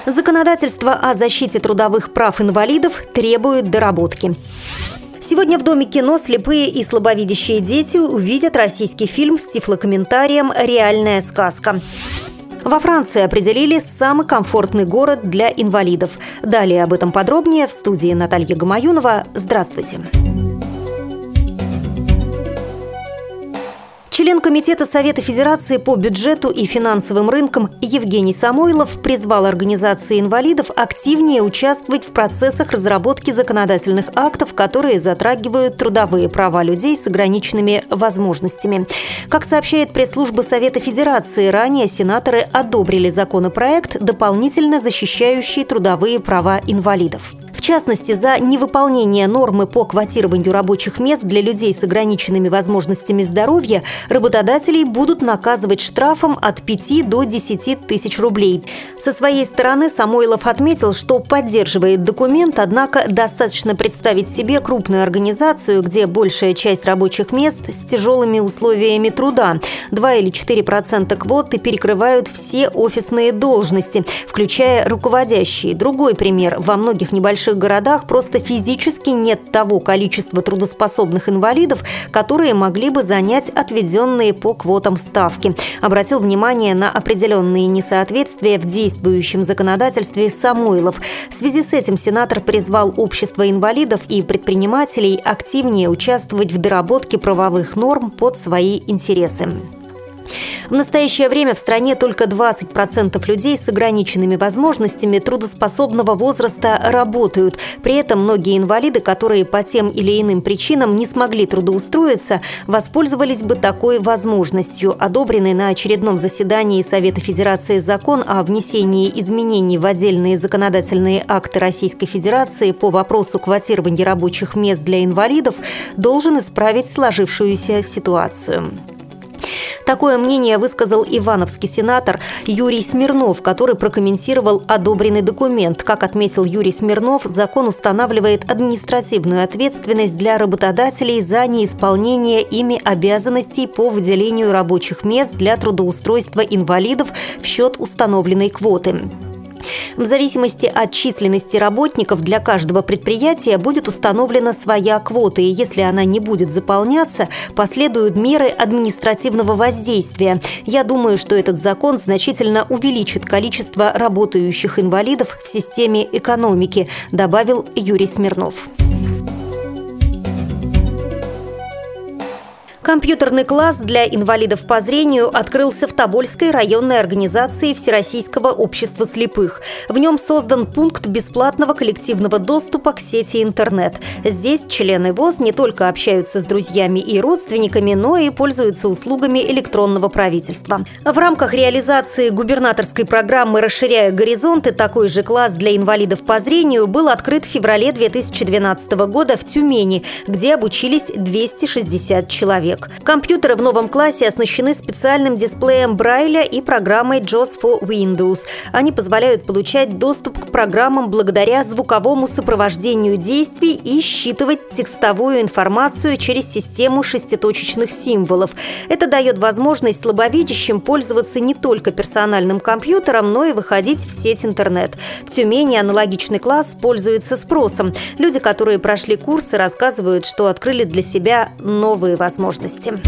Законодательство о защите трудовых прав инвалидов требует доработки. Сегодня в Доме кино слепые и слабовидящие дети увидят российский фильм с тифлокомментарием «Реальная сказка». Во Франции определили самый комфортный город для инвалидов. Далее об этом подробнее в студии Наталья Гамаюнова. Здравствуйте. Член Комитета Совета Федерации по бюджету и финансовым рынкам Евгений Самойлов призвал организации инвалидов активнее участвовать в процессах разработки законодательных актов, которые затрагивают трудовые права людей с ограниченными возможностями. Как сообщает пресс-служба Совета Федерации, ранее сенаторы одобрили законопроект, дополнительно защищающий трудовые права инвалидов. В частности, за невыполнение нормы по квотированию рабочих мест для людей с ограниченными возможностями здоровья работодателей будут наказывать штрафом от 5 до 10 тысяч рублей. Со своей стороны Самойлов отметил, что поддерживает документ, однако достаточно представить себе крупную организацию, где большая часть рабочих мест с тяжелыми условиями труда. 2 или 4% квоты перекрывают все офисные должности, включая руководящие. Другой пример. Во многих небольших городах просто физически нет того количества трудоспособных инвалидов, которые могли бы занять отведенные по квотам ставки. Обратил внимание на определенные несоответствия в действующем законодательстве Самойлов. В связи с этим сенатор призвал общество инвалидов и предпринимателей активнее участвовать в доработке правовых норм под свои интересы. В настоящее время в стране только 20% людей с ограниченными возможностями трудоспособного возраста работают. При этом многие инвалиды, которые по тем или иным причинам не смогли трудоустроиться, воспользовались бы такой возможностью. Одобренный на очередном заседании Совета Федерации закон о внесении изменений в отдельные законодательные акты Российской Федерации по вопросу квотирования рабочих мест для инвалидов должен исправить сложившуюся ситуацию. Такое мнение высказал ивановский сенатор Юрий Смирнов, который прокомментировал одобренный документ. Как отметил Юрий Смирнов, закон устанавливает административную ответственность для работодателей за неисполнение ими обязанностей по выделению рабочих мест для трудоустройства инвалидов в счет установленной квоты. В зависимости от численности работников для каждого предприятия будет установлена своя квота, и если она не будет заполняться, последуют меры административного воздействия. Я думаю, что этот закон значительно увеличит количество работающих инвалидов в системе экономики, добавил Юрий Смирнов. Компьютерный класс для инвалидов по зрению открылся в Тобольской районной организации Всероссийского общества слепых. В нем создан пункт бесплатного коллективного доступа к сети интернет. Здесь члены ВОС не только общаются с друзьями и родственниками, но и пользуются услугами электронного правительства. В рамках реализации губернаторской программы «Расширяя горизонты» такой же класс для инвалидов по зрению был открыт в феврале 2012 года в Тюмени, где обучились 260 человек. Компьютеры в новом классе оснащены специальным дисплеем Брайля и программой JAWS for Windows. Они позволяют получать доступ к программам благодаря звуковому сопровождению действий и считывать текстовую информацию через систему шеститочечных символов. Это дает возможность слабовидящим пользоваться не только персональным компьютером, но и выходить в сеть интернет. В Тюмени аналогичный класс пользуется спросом. Люди, которые прошли курсы, рассказывают, что открыли для себя новые возможности.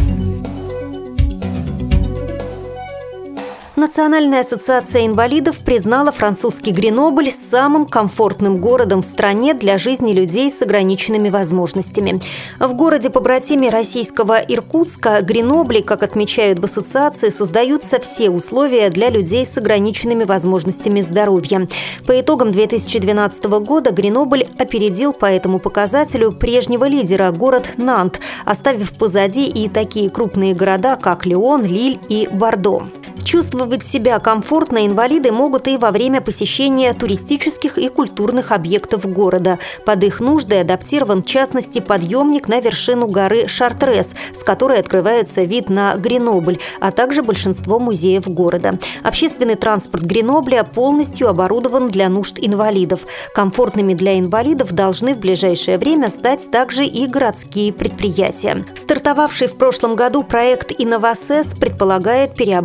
Национальная ассоциация инвалидов признала французский Гренобль самым комфортным городом в стране для жизни людей с ограниченными возможностями. В городе-побратиме российского Иркутска, Гренобле, как отмечают в ассоциации, создаются все условия для людей с ограниченными возможностями здоровья. По итогам 2012 года Гренобль опередил по этому показателю прежнего лидера – город Нант, оставив позади и такие крупные города, как Лион, Лиль и Бордо. Чувствовать себя комфортно инвалиды могут и во время посещения туристических и культурных объектов города. Под их нужды адаптирован, в частности, подъемник на вершину горы Шартрес, с которой открывается вид на Гренобль, а также большинство музеев города. Общественный транспорт Гренобля полностью оборудован для нужд инвалидов. Комфортными для инвалидов должны в ближайшее время стать также и городские предприятия. Стартовавший в прошлом году проект «Инновасес» предполагает переоборудование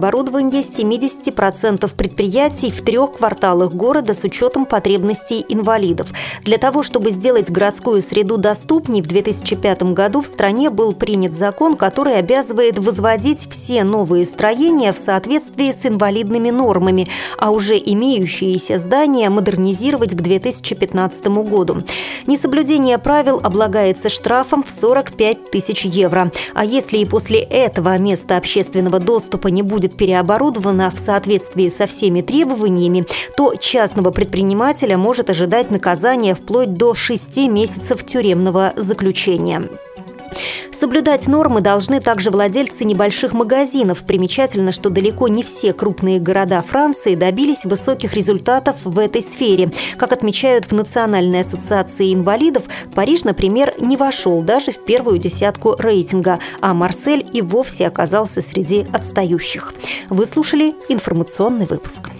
финансирование 70% предприятий в 3 кварталах города с учетом потребностей инвалидов. Для того, чтобы сделать городскую среду доступней, в 2005 году в стране был принят закон, который обязывает возводить все новые строения в соответствии с инвалидными нормами, а уже имеющиеся здания модернизировать к 2015 году. Несоблюдение правил облагается штрафом в 45 тысяч евро. А если и после этого место общественного доступа не будет переоборудовано в соответствии со всеми требованиями, то частного предпринимателя может ожидать наказание вплоть до 6 месяцев тюремного заключения. Соблюдать нормы должны также владельцы небольших магазинов. Примечательно, что далеко не все крупные города Франции добились высоких результатов в этой сфере. Как отмечают в Национальной ассоциации инвалидов, Париж, например, не вошел даже в первую десятку рейтинга, а Марсель и вовсе оказался среди отстающих. Вы слушали информационный выпуск.